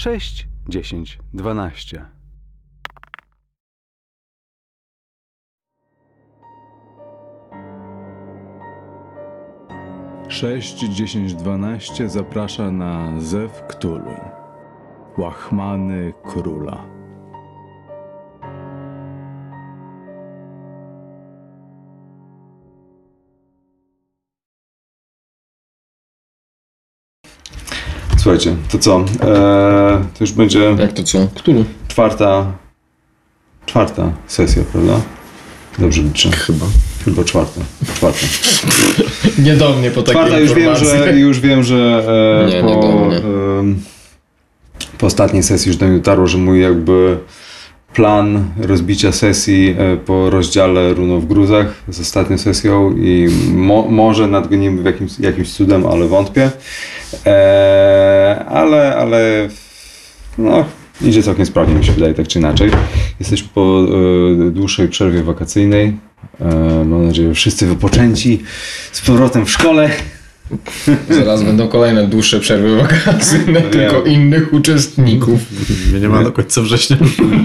6, 10, 12. Sześć, 10, 12 zaprasza na Zew Cthulhu, łachmany króla. Słuchajcie, to co? To już będzie... Jak to co? Który? Czwarta sesja, prawda? Dobrze liczę. Chyba czwarta. Nie do mnie po takiej czwarta, już wiem, że po ostatniej sesji już do mnie dotarło, że mój jakby plan rozbicia sesji po rozdziale Runo w gruzach z ostatnią sesją i może nadgonimy jakimś cudem, ale wątpię. Ale no, idzie całkiem sprawnie, mi się wydaje, tak czy inaczej. Jesteśmy po dłuższej przerwie wakacyjnej. Mam nadzieję, że wszyscy wypoczęci z powrotem w szkole. Zaraz będą kolejne dłuższe przerwy wakacyjne, tylko innych uczestników. Mnie nie ma do końca września.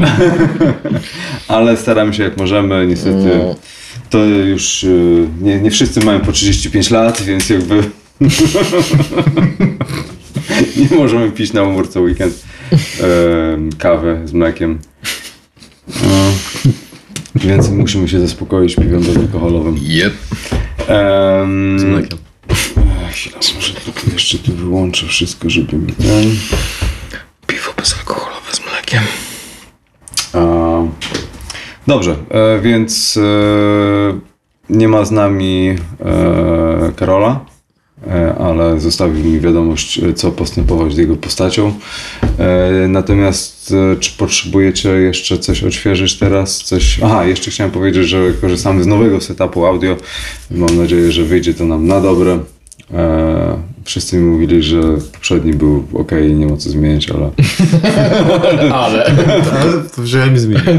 Ale staramy się jak możemy, niestety. To już nie wszyscy mają po 35 lat, więc jakby nie możemy pić na umór co weekend kawę z mlekiem. Więc musimy się zaspokoić piwem bezalkoholowym. Yep. Z mlekiem. Chwila, może jeszcze tu wyłączę wszystko, żeby mi Piwo bezalkoholowe z mlekiem. Dobrze, więc nie ma z nami Karola, ale zostawił mi wiadomość, co postępować z jego postacią. Natomiast czy potrzebujecie jeszcze coś odświeżyć teraz? Jeszcze chciałem powiedzieć, że korzystamy z nowego setupu audio. Mam nadzieję, że wyjdzie to nam na dobre. Wszyscy mi mówili, że poprzedni był ok, nie ma co zmieniać, ale... Ale To wziąłem i zmieniłem.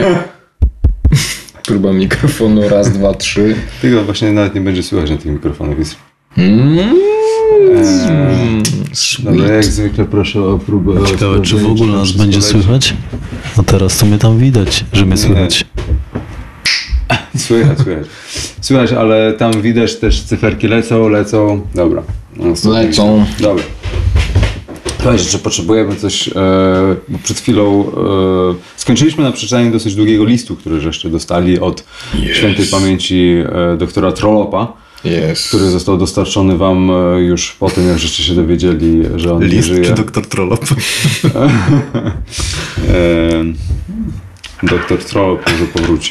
Próba mikrofonu, 1, 2, 3. Tego właśnie nawet nie będzie słychać na tych mikrofonach, więc... Dobra, jak zwykle proszę o próbę... Ciekawe, czy w ogóle nas będzie słychać? A teraz to mnie tam widać, że mnie słychać. Słychać, ale tam widać też cyferki lecą. Dobra. Lecą. Dobra. Słuchajcie, czy potrzebujemy coś, bo przed chwilą skończyliśmy na przeczytaniu dosyć długiego listu, który żeście dostali od świętej pamięci doktora Trollopa, który został dostarczony wam już po tym, jak żeście się dowiedzieli, że on nie żyje. List czy doktor Trollop? Doktor Trollop może powróci.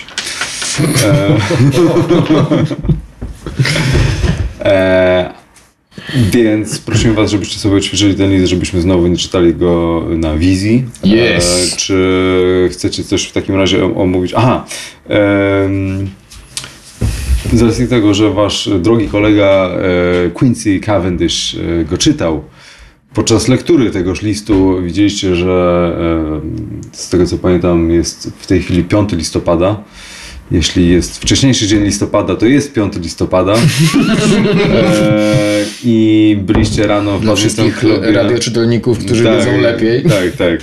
Więc prosimy was, żebyście sobie ćwiczyli ten list, żebyśmy znowu nie czytali go na wizji. Czy chcecie coś w takim razie omówić? Z racji tego, że wasz drogi kolega Quincy Cavendish go czytał, podczas lektury tegoż listu widzieliście, że z tego co pamiętam jest w tej chwili 5 listopada. Jeśli jest wcześniejszy dzień listopada, to jest 5 listopada. I byliście rano w Dla wszystkich radioczytelników, którzy wiedzą lepiej. Tak.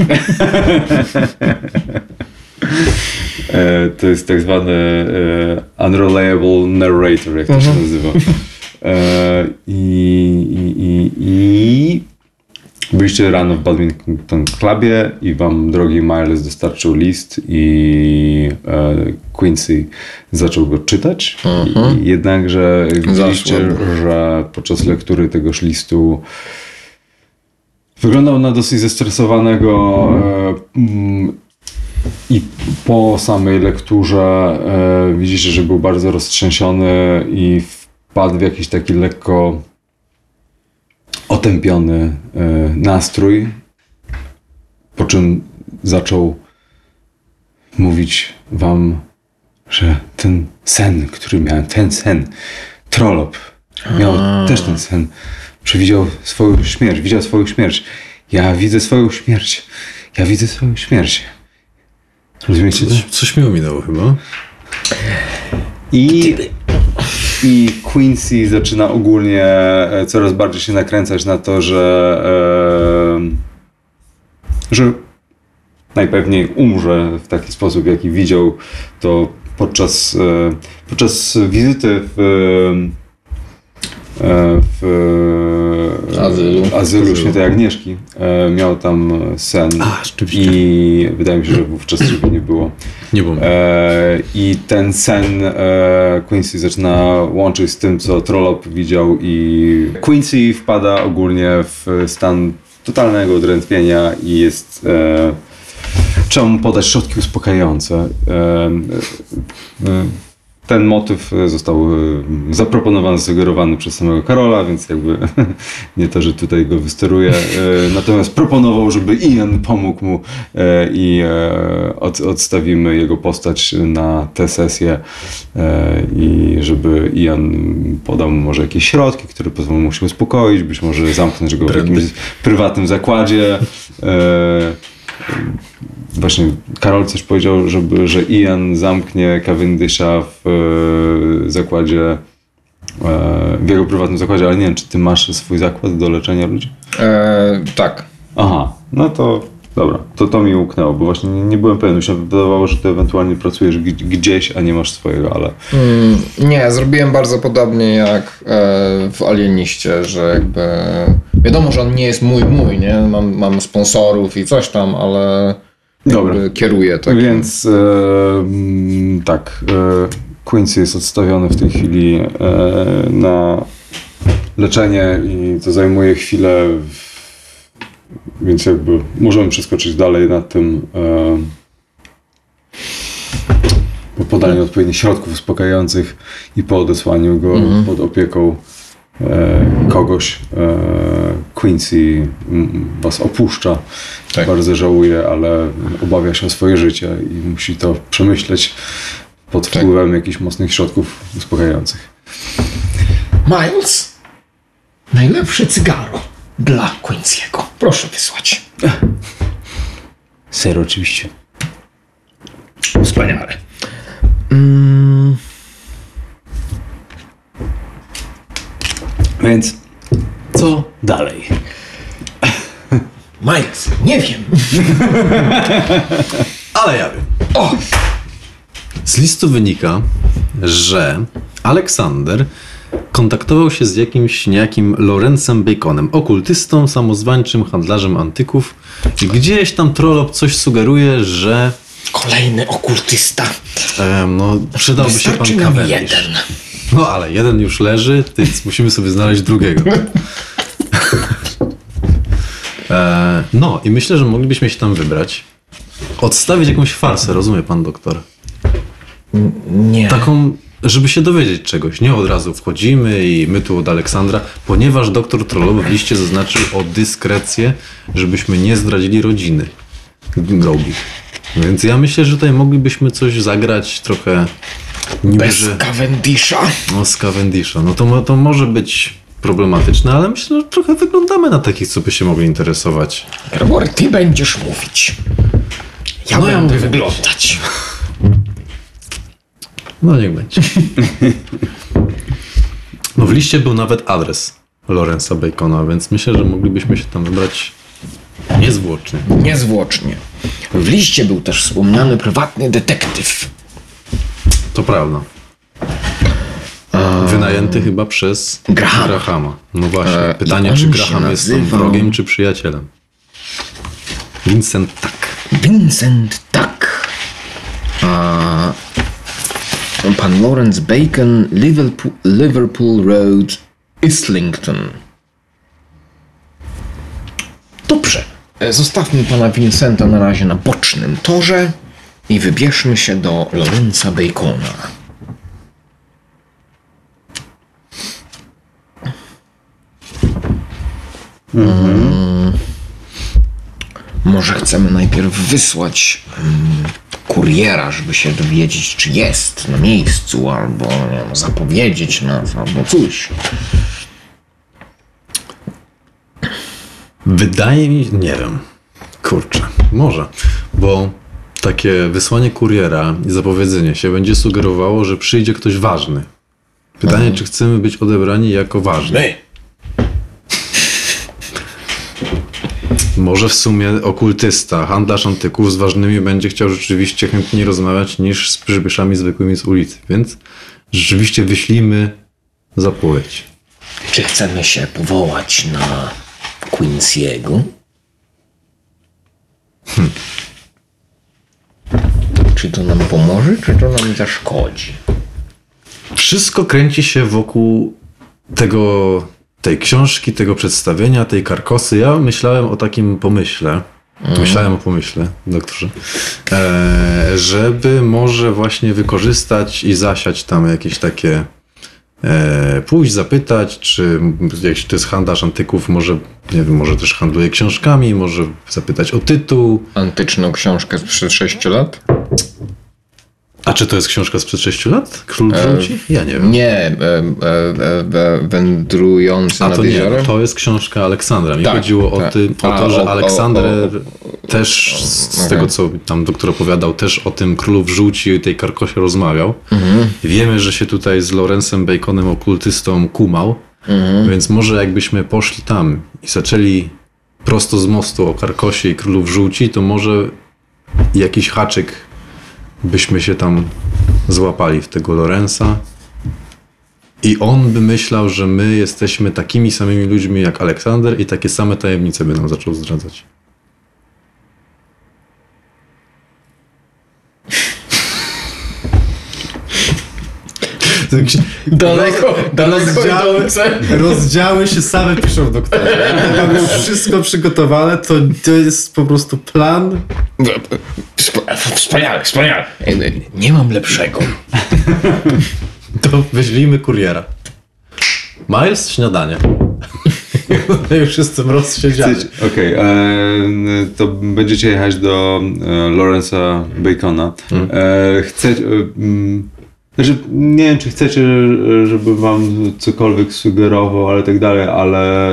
To jest tak zwany unreliable narrator, jak to się nazywa. I byliście rano w Badminton Clubie i wam drogi Miles dostarczył list i Quincy zaczął go czytać. Jednakże widzieliście, że podczas lektury tegoż listu wyglądał na dosyć zestresowanego i po samej lekturze widzicie, że był bardzo roztrzęsiony i wpadł w jakiś taki lekko otępiony nastrój, po czym zaczął mówić wam, że ten sen, który miałem, Trollop miał też ten sen, przewidział swoją śmierć, widział swoją śmierć. Ja widzę swoją śmierć. Rozumiecie to? Coś mi ominęło chyba. I Quincy zaczyna ogólnie coraz bardziej się nakręcać na to, że że najpewniej umrze w taki sposób, jaki widział to podczas wizyty w azylu Świętej Agnieszki. Miał tam sen. Rzeczywiście. I wydaje mi się, że wówczas ciebie nie było. Nie było. I ten sen Quincy zaczyna łączyć z tym, co Trollope widział, i Quincy wpada ogólnie w stan totalnego odrętwienia i jest... trzeba mu podać środki uspokajające. Ten motyw został zaproponowany, sugerowany przez samego Karola, więc jakby nie to, że tutaj go wysteruje. Natomiast proponował, żeby Ian pomógł mu i odstawimy jego postać na tę sesję i żeby Ian podał mu może jakieś środki, które pozwolą mu się uspokoić, być może zamknąć go w jakimś prywatnym zakładzie. Właśnie Karol coś powiedział, że Ian zamknie Cavendisha w zakładzie, w jego prywatnym zakładzie, ale nie wiem, czy ty masz swój zakład do leczenia ludzi? Tak. Aha, no to dobra, to mi umknęło, bo właśnie nie byłem pewien, mi się wydawało, że ty ewentualnie pracujesz gdzieś, a nie masz swojego, ale... Nie, zrobiłem bardzo podobnie jak w Alieniście, że jakby... Wiadomo, że on nie jest mój, nie? Mam sponsorów i coś tam, ale kieruję tak. Więc Quincy jest odstawiony w tej chwili na leczenie i to zajmuje chwilę, więc jakby możemy przeskoczyć dalej nad tym po podaniu odpowiednich środków uspokajających i po odesłaniu go pod opieką kogoś. Quincy was opuszcza. Tak. Bardzo żałuje, ale obawia się o swoje życie i musi to przemyśleć pod wpływem jakichś mocnych środków uspokajających. Miles, najlepsze cygaro dla Quincy'ego. Proszę wysłać. Ser, oczywiście. Wspaniale. Więc co dalej? Miles, nie wiem. Ale ja wiem. O! Z listu wynika, że Aleksander kontaktował się z jakimś niejakim Lawrence'em Baconem, okultystą, samozwańczym handlarzem antyków. I gdzieś tam Trollope coś sugeruje, że Kolejny okultysta. przydałby się pan Wystarczy nam Cavendish. jeden. No ale jeden już leży, więc musimy sobie znaleźć drugiego. No i myślę, że moglibyśmy się tam wybrać. Odstawić jakąś farsę, rozumie pan doktor? Nie. Taką, żeby się dowiedzieć czegoś. Nie od razu wchodzimy i my tu od Aleksandra, ponieważ doktor Trollope w liście zaznaczył o dyskrecję, żebyśmy nie zdradzili rodziny Groby. Więc ja myślę, że tutaj moglibyśmy coś zagrać trochę... Bez Cavendisha. No z Cavendisha. No to może być problematyczne, ale myślę, że trochę wyglądamy na takich, co by się mogli interesować. Robert, ty będziesz mówić. Ja będę wyglądać. No niech będzie. No w liście był nawet adres Lawrence'a Bacona, więc myślę, że moglibyśmy się tam wybrać niezwłocznie. Niezwłocznie. W liście był też wspomniany prywatny detektyw. To prawda. Wynajęty chyba przez Grahama. No właśnie. Pytanie, czy Graham jest tam wrogiem, czy przyjacielem? Vincent tak. Vincent tak. Pan Lawrence Bacon, Liverpool Road, Islington. Dobrze. Zostawmy pana Vincenta na razie na bocznym torze i wybierzmy się do Lawrence'a Bacona. Może chcemy najpierw wysłać kuriera, żeby się dowiedzieć, czy jest na miejscu, albo nie wiem, zapowiedzieć nas, albo coś. Wydaje mi się, nie wiem, kurczę, może, bo takie wysłanie kuriera i zapowiedzenie się będzie sugerowało, że przyjdzie ktoś ważny. Pytanie, czy chcemy być odebrani jako ważni? My. Może w sumie okultysta, handlarz antyków z ważnymi będzie chciał rzeczywiście chętniej rozmawiać niż z przybyszami zwykłymi z ulicy, więc rzeczywiście wyślijmy zapowiedź. Czy chcemy się powołać na Quincy'ego? Czy to nam pomoże, czy to nam zaszkodzi? Wszystko kręci się wokół tej książki, tego przedstawienia, tej karkosy. Ja myślałem o takim pomyśle, doktorze, żeby może właśnie wykorzystać i zasiać tam jakieś takie, pójść zapytać, czy jeśli to jest handlarz antyków, może, nie wiem, może też handluje książkami, może zapytać o tytuł. Antyczną książkę sprzed 6 lat? A czy to jest książka sprzed 6 lat? Król wróci? Ja nie wiem. Nie, wędrujący nad to jeziorem? nie, to jest książka Aleksandra. Mi Tak, chodziło o to, że Aleksander też z tego, co tam doktor opowiadał, też o tym królu wrzuci i tej karkosie rozmawiał. Wiemy, że się tutaj z Lawrence'em Baconem, okultystą, kumał, więc może jakbyśmy poszli tam i zaczęli prosto z mostu o karkosie i królu wrzuci, to może jakiś haczyk byśmy się tam złapali w tego Lawrence'a i on by myślał, że my jesteśmy takimi samymi ludźmi jak Aleksander i takie same tajemnice by nam zaczął zdradzać. Daleko Rozdziały się same piszą w doktorze. Mamy już wszystko przygotowane, to jest po prostu plan. Wspaniale. Nie mam lepszego. To wyślijmy kuriera. Miles, śniadanie. Ja już jestem rozsiedziany. Okej, to będziecie jechać do Lawrence'a Bacona. Znaczy, nie wiem, czy chcecie, żeby wam cokolwiek sugerował, ale tak dalej, ale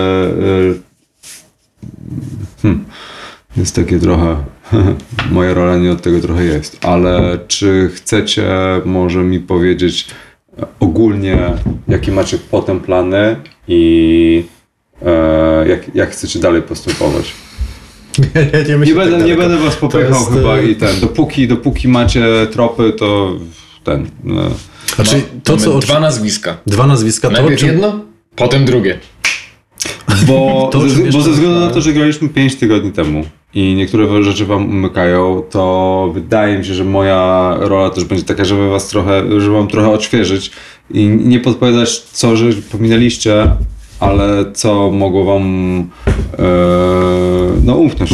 jest takie trochę, moja rola nie od tego trochę jest, ale czy chcecie może mi powiedzieć ogólnie, jakie macie potem plany i jak chcecie dalej postępować? Nie będę was popychał chyba i dopóki macie tropy, to Znaczy, Dwa nazwiska. Dwa nazwiska. Najpierw jedno, potem drugie. Bo ze względu na to, że graliśmy 5 tygodni temu i niektóre rzeczy wam umykają, to wydaje mi się, że moja rola też będzie taka, żeby wam trochę odświeżyć i nie podpowiadać, co że pominęliście, ale co mogło wam umknąć.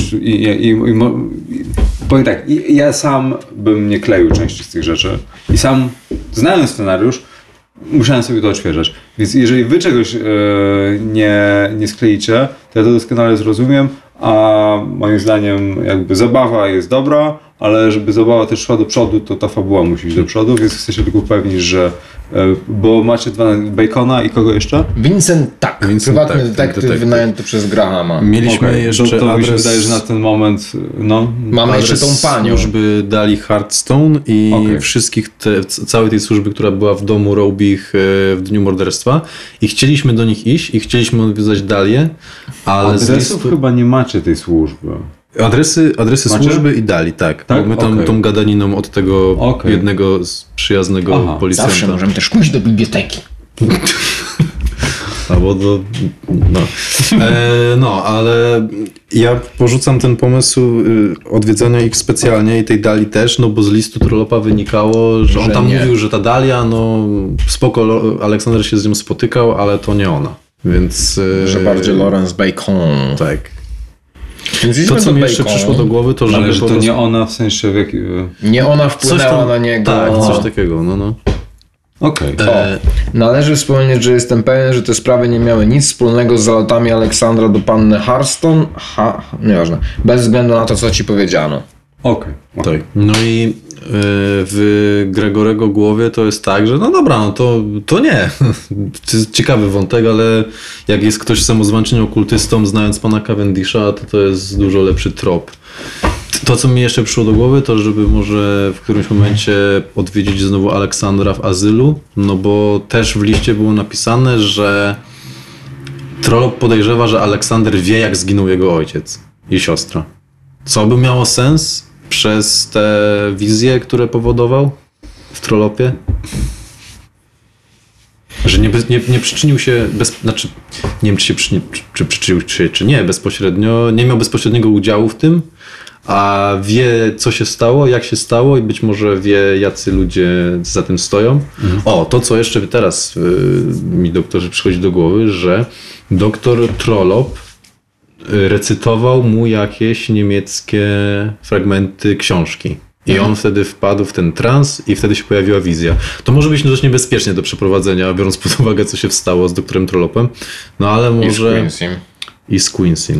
Powiem tak, ja sam bym nie kleił części z tych rzeczy i sam, znając scenariusz, musiałem sobie to odświeżać. Więc jeżeli wy czegoś nie skleicie, to ja to doskonale zrozumiem, a moim zdaniem jakby zabawa jest dobra, ale żeby zabawa też szła do przodu, to ta fabuła musi iść do przodu, więc chcę się tylko upewnić, że bo macie Bacona i kogo jeszcze? Vincent prywatny detektyw wynajęty przez Grahama. Mieliśmy jeszcze to adres... mi się wydaje, że na ten moment, mamy jeszcze tą panią. Służby dali Hearthstone i wszystkich całej tej służby, która była w domu Robich w dniu morderstwa i chcieliśmy do nich iść i chcieliśmy odwiedzać Dalię, ale adresów chyba nie macie tej służby. Adresy służby i dali, tak. Bo my tam tą gadaniną od tego jednego przyjaznego policjanta. Zawsze możemy też pójść do biblioteki. Albo do... ale ja porzucam ten pomysł odwiedzania ich specjalnie i tej Dali też, bo z listu Trollopa wynikało, że on tam mówił, że ta Dalia, spoko, Aleksander się z nią spotykał, ale to nie ona. Więc... Że bardziej Lawrence Bacon. Tak. To, co mi jeszcze przyszło do głowy, to żeby... Ale że to nie ona, w sensie... Nie ona wpłynęła na niego. Tak, coś takiego, Okej. Należy wspomnieć, że jestem pewien, że te sprawy nie miały nic wspólnego z zalotami Aleksandra do panny Harston. Nieważne. Bez względu na to, co ci powiedziano. Okej. Tak. No i w Gregorego głowie to jest tak, że to nie. To jest ciekawy wątek, ale jak jest ktoś samozwańczym okultystą, znając pana Cavendisha, to jest dużo lepszy trop. To, co mi jeszcze przyszło do głowy, to żeby może w którymś momencie odwiedzić znowu Aleksandra w azylu, bo też w liście było napisane, że Trollope podejrzewa, że Aleksander wie, jak zginął jego ojciec. i siostra. Co by miało sens przez te wizje, które powodował w Trollopie? Że nie przyczynił się, znaczy nie wiem czy przyczynił się czy nie bezpośrednio, nie miał bezpośredniego udziału w tym, a wie co się stało, jak się stało i być może wie jacy ludzie za tym stoją. O, to co jeszcze teraz mi doktorze przychodzi do głowy, że doktor Trollop recytował mu jakieś niemieckie fragmenty książki. I on wtedy wpadł w ten trans i wtedy się pojawiła wizja. To może być dość niebezpiecznie do przeprowadzenia, biorąc pod uwagę, co się stało z doktorem Trollopem. No ale może... I z Quincy.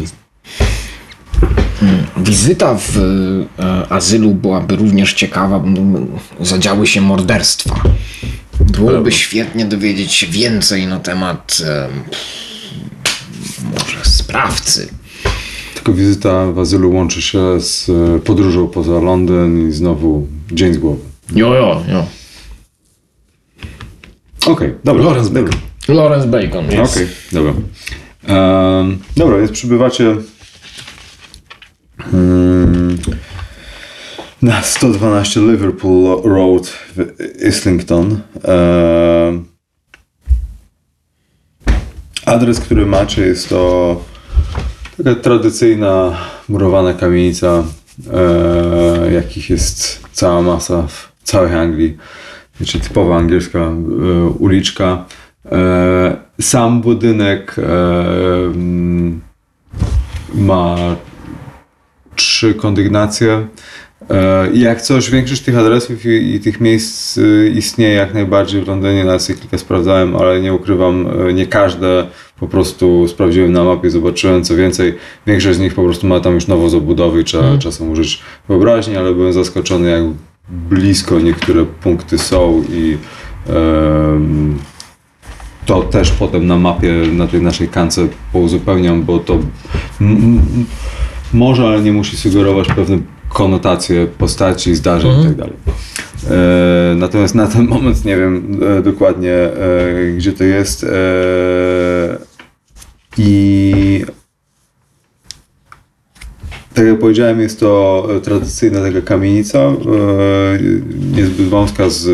Wizyta w azylu byłaby również ciekawa, bo zadziały się morderstwa. Byłoby świetnie dowiedzieć się więcej na temat może sprawcy. Tylko wizyta w azylu łączy się z podróżą poza Londyn i znowu dzień z głowy. Jo. Okej, dobra. Lawrence Bacon, jest. Okej, dobra. Dobra, więc przybywacie na 112 Liverpool Road w Islington. Adres, który macie, jest to taka tradycyjna murowana kamienica, jakich jest cała masa w całej Anglii. Znaczy typowa angielska uliczka. Sam budynek ma 3 kondygnacje. Jak coś, większość tych adresów i tych miejsc istnieje jak najbardziej w Londynie. Nas je kilka sprawdzałem, ale nie ukrywam, nie każde po prostu sprawdziłem na mapie, zobaczyłem. Co więcej, większość z nich po prostu ma tam już nowo zabudowy i trzeba czasem użyć wyobraźni, ale byłem zaskoczony, jak blisko niektóre punkty są i to też potem na mapie, na tej naszej kance pouzupełniam, bo to może, ale nie musi sugerować pewne konotacje postaci, zdarzeń i tak dalej. Natomiast na ten moment nie wiem dokładnie, gdzie to jest. I tak jak powiedziałem, jest to tradycyjna taka kamienica, niezbyt wąska, z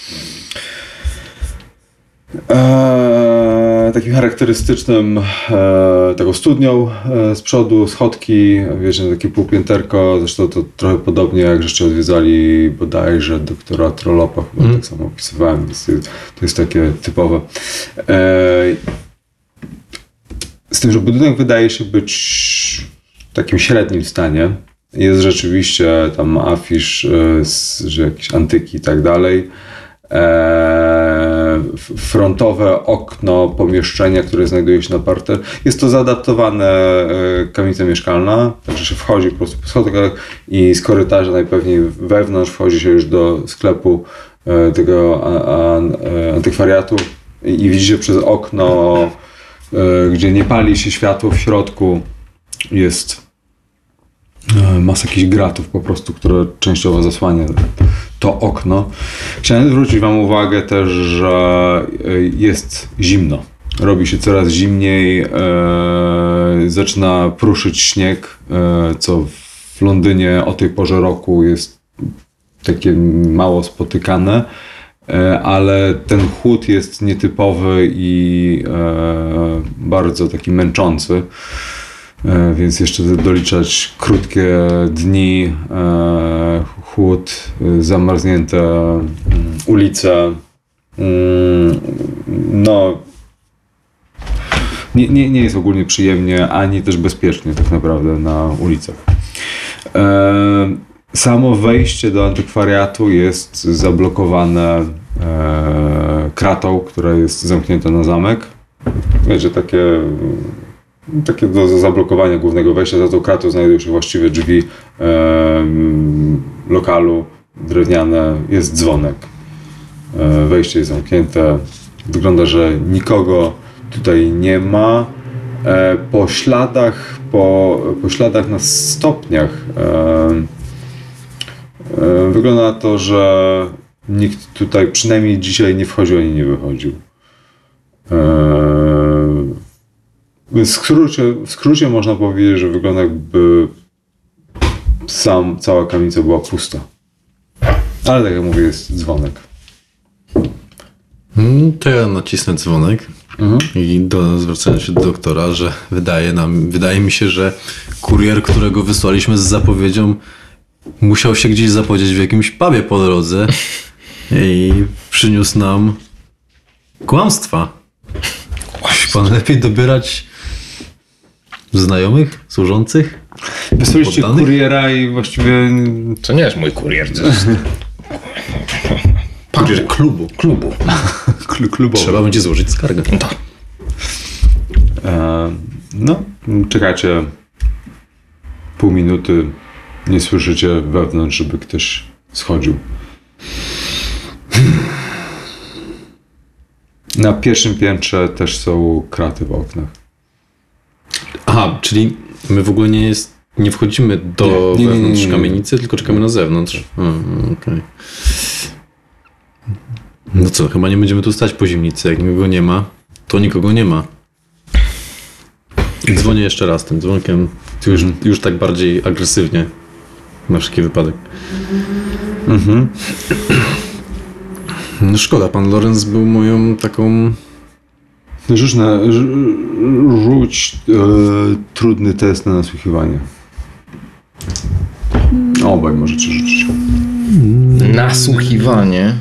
takim charakterystycznym taką studnią z przodu, schodki, wiecie, takie półpięterko, zresztą to trochę podobnie jak żeście odwiedzali bodajże doktora Trollopa, chyba tak samo opisywałem, więc to jest takie typowe. Z tym, że budynek wydaje się być w takim średnim stanie. Jest rzeczywiście tam afisz, że jakieś antyki i tak dalej. Frontowe okno pomieszczenia, które znajduje się na parter. Jest to zaadaptowane kamienica mieszkalna, także się wchodzi po prostu po schodkach i z korytarza najpewniej wewnątrz wchodzi się już do sklepu tego antykwariatu i widzicie przez okno, gdzie nie pali się światło w środku, jest masa jakichś gratów po prostu, które częściowo zasłania to okno. Chciałem zwrócić wam uwagę też, że jest zimno. Robi się coraz zimniej, zaczyna pruszyć śnieg, co w Londynie o tej porze roku jest takie mało spotykane, ale ten chłód jest nietypowy i bardzo taki męczący. Więc jeszcze doliczać krótkie dni, chłód, zamarznięte ulice. No, nie jest ogólnie przyjemnie, ani też bezpiecznie tak naprawdę na ulicach. Samo wejście do antykwariatu jest zablokowane kratą, która jest zamknięta na zamek. Wiecie, takie do zablokowania głównego wejścia. Za tą kratą znajdują się właściwie drzwi lokalu, drewniane, jest dzwonek. Wejście jest zamknięte. Wygląda, że nikogo tutaj nie ma. Po śladach na stopniach wygląda na to, że nikt tutaj przynajmniej dzisiaj nie wchodził ani nie wychodził. W skrócie można powiedzieć, że wygląda jakby cała kamienica była pusta. Ale tak jak mówię, jest dzwonek. To ja nacisnę dzwonek i zwracając się do doktora, że wydaje mi się, że kurier, którego wysłaliśmy z zapowiedzią, musiał się gdzieś zapowiedzieć w jakimś pubie po drodze i przyniósł nam kłamstwa. Musi pan lepiej dobierać znajomych, służących? Wysłaliście kuriera i właściwie... To nie jest mój kurier, to jest... Kurier klubu. Klubowy. Trzeba będzie złożyć skargę. No, czekacie pół minuty, nie słyszycie wewnątrz, żeby ktoś schodził. Na pierwszym piętrze też są kraty w oknach. Aha, czyli my w ogóle nie wchodzimy do wewnątrz kamienicy, tylko czekamy na zewnątrz. Okay. No co, chyba nie będziemy tu stać po zimnicy. Jak nikogo nie ma, to nikogo nie ma. Dzwonię jeszcze raz tym dzwonkiem. Już tak bardziej agresywnie. Na wszelki wypadek. No szkoda, pan Lorenz był moją taką... Rzuć trudny test na nasłuchiwanie. Obaj możecie rzucić. Nasłuchiwanie.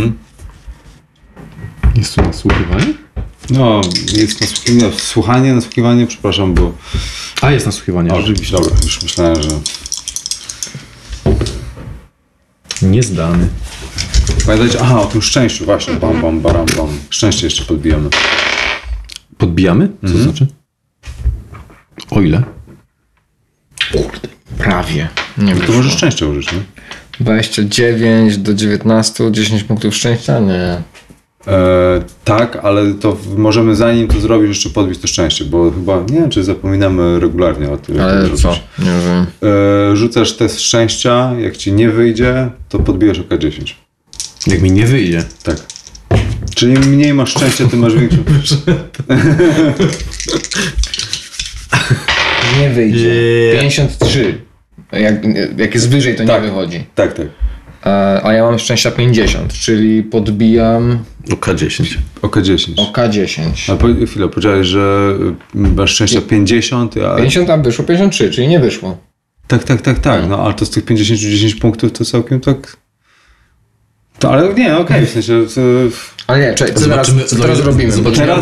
Jest tu nasłuchiwanie? No, jest nasłuchiwanie, przepraszam, bo... A, jest nasłuchiwanie, rzeczywiście. Dobra, już myślałem, że... Niezdany. Pamiętajcie, o tym szczęściu, właśnie, bam. Szczęście jeszcze podbijamy. Podbijamy? Co to znaczy? O ile? Kurde, prawie. Nie To może szczęście użyć, nie? 29 do 19, 10 punktów szczęścia? Nie. Tak, ale to możemy zanim to zrobić jeszcze podbić to szczęście, bo chyba, nie wiem czy zapominamy regularnie o tym. Ale co? Nie wiem. Rzucasz test szczęścia, jak ci nie wyjdzie, to podbijesz oka 10. Jak mi nie wyjdzie. Tak. Czyli mniej masz szczęścia, tym masz większą. Nie wyjdzie. 53. Jak jest wyżej, to nie wychodzi. Tak. A ja mam szczęścia 50, czyli podbijam... Oka 10. Oka 10. Oka 10. A chwilę, powiedziałeś, że masz szczęścia 50, a... 50, a wyszło 53, czyli nie wyszło. Tak. No, ale to z tych 50 10 punktów to całkiem tak... To, ale nie, okej, w sensie... Ale nie, czekaj, co teraz robimy?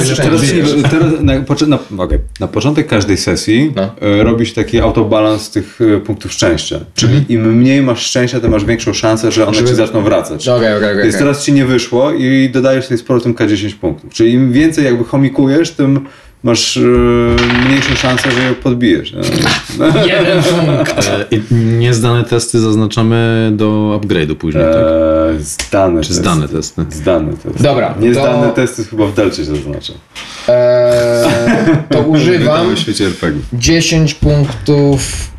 Na początek każdej sesji robi się taki autobalans tych punktów szczęścia. Czyli im mniej masz szczęścia, tym masz większą szansę, że one ci zaczną wracać. Okay. Więc teraz ci nie wyszło i dodajesz sobie z powrotem K10 punktów. Czyli im więcej jakby chomikujesz, tym masz mniejszą szansę, że je podbijesz. Jeden punkt. I niezdane testy zaznaczamy do upgrade'u później, tak? Zdane testy. Zdane testy. Zdane testy. Dobra. Niezdane testy chyba w delcie się zaznacza. To używam w świecie RPG. 10 punktów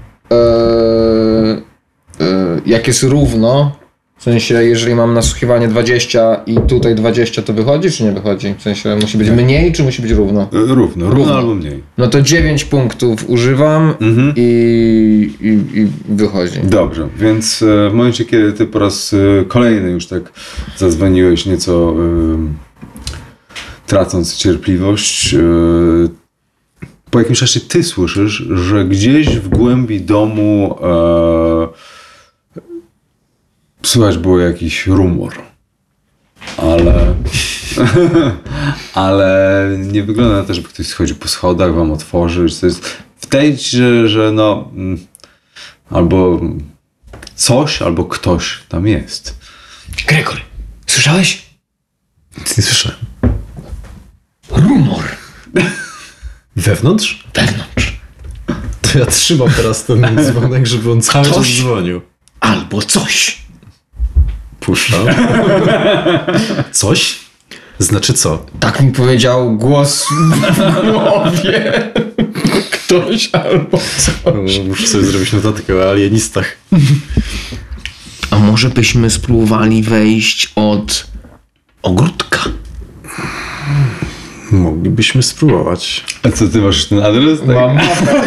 jak jest równo. W sensie, jeżeli mam nasłuchiwanie 20 i tutaj 20, to wychodzi, czy nie wychodzi? W sensie, musi być mniej, czy musi być równo? Równo albo mniej. No to 9 punktów używam i wychodzi. Dobrze, więc w momencie, kiedy ty po raz kolejny już tak zadzwoniłeś nieco tracąc cierpliwość, po jakimś czasie ty słyszysz, że gdzieś w głębi domu słychać było jakiś rumor, ale nie wygląda na to, żeby ktoś schodził po schodach, wam otworzyć. To jest w tej, że no albo coś, albo ktoś tam jest. Gregory, słyszałeś? Nic nie słyszałem. Rumor. Wewnątrz? Wewnątrz. To ja trzymam teraz ten dzwonek, żeby on cały czas dzwonił. Albo coś. Puszczam. Coś? Znaczy co? Tak mi powiedział głos w głowie. Ktoś albo coś. Muszę sobie zrobić notatkę o alienistach. A może byśmy spróbowali wejść od ogródka? Mogliśmy spróbować. A co, ty masz ten adres? Tak? Mam mapę.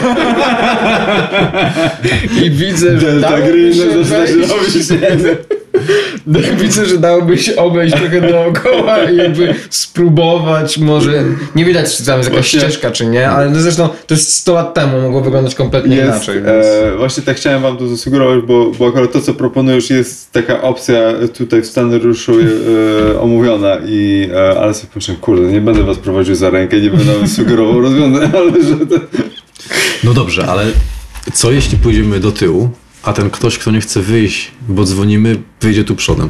I widzę, że dałoby się widzę, że dałoby się obejść trochę dookoła i jakby spróbować może... Nie widać, czy tam jest jakaś ścieżka, czy nie, ale zresztą to jest 100 lat temu, mogło wyglądać kompletnie inaczej. Więc... Właśnie tak chciałem wam to zasugerować, bo akurat to, co proponujesz, jest taka opcja tutaj w scenariuszu omówiona, ale sobie pomyślałem, kurde, nie będę was prowadził za rękę, nie będę wam sugerował rozwiązań, ale że to... No dobrze, ale co jeśli pójdziemy do tyłu, a ten ktoś, kto nie chce wyjść, bo dzwonimy, wyjdzie tu przodem?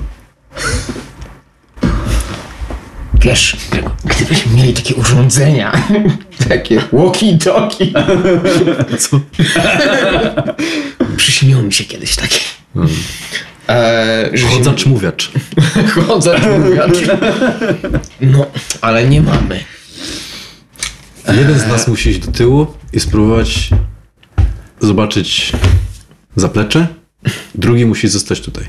Wiesz, gdybyśmy mieli takie urządzenia, takie walkie-talkie. Co? Przyśniło mi się kiedyś takie. Chodzacz mówiacz. Chodzacz mówiacz. No, ale nie mamy. Jeden z nas musi iść do tyłu i spróbować zobaczyć zaplecze, drugi musi zostać tutaj.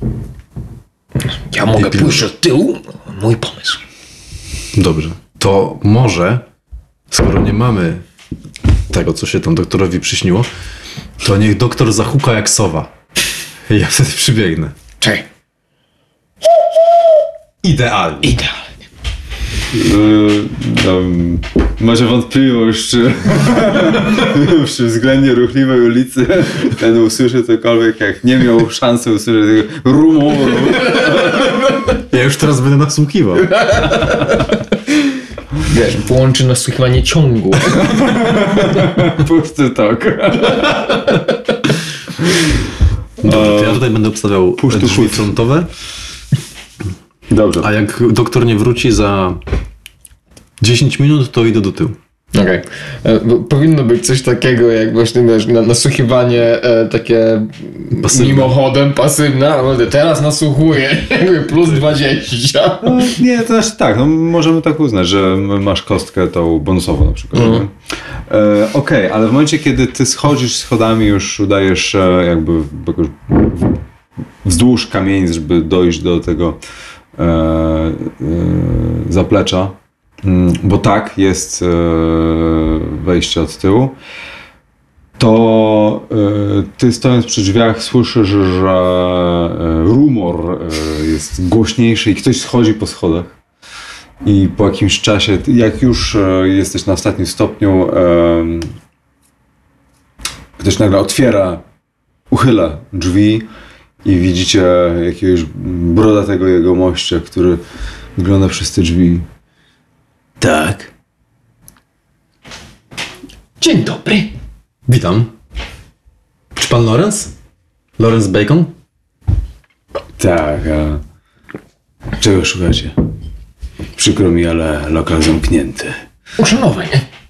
Ja mogę pójść do tyłu? Mój pomysł. Dobrze. To może, skoro nie mamy tego, co się tam doktorowi przyśniło, to niech doktor zahuka jak sowa. Ja wtedy przybiegnę. Czekaj. Idealnie. Może wątpliwość, czy przy względnie ruchliwej ulicy ten usłyszy cokolwiek, jak nie miał szansy usłyszeć tego rumoru. Ja już teraz będę nasłuchiwał. Wiesz, połączy nasłuchiwanie ciągu. Pusty tok. Dobrze, to ja tutaj będę obstawiał drzwi frontowe. Dobrze. A jak doktor nie wróci za 10 minut, to idę do tyłu. Okej. Powinno być coś takiego, jak właśnie wiesz, nasłuchiwanie takie Pasywne. mimochodem, pasywne, ale teraz nasłuchuję, jakby plus 20. Nie, to znaczy tak, no możemy tak uznać, że masz kostkę tą bonusową na przykład. Okej, ale w momencie, kiedy ty schodzisz schodami, już udajesz jakby wzdłuż kamienic, żeby dojść do tego zaplecza, bo tak, jest wejście od tyłu, to ty stojąc przy drzwiach słyszysz, że rumor jest głośniejszy i ktoś schodzi po schodach. I po jakimś czasie, jak już jesteś na ostatnim stopniu, ktoś nagle uchyla drzwi i widzicie jakiegoś brodatego jegomościa, który wygląda przez te drzwi. Tak. Dzień dobry. Witam. Czy pan Lorenz? Lorenz Bacon? Tak, a czego szukacie? Przykro mi, ale lokal zamknięty. Uszanowań.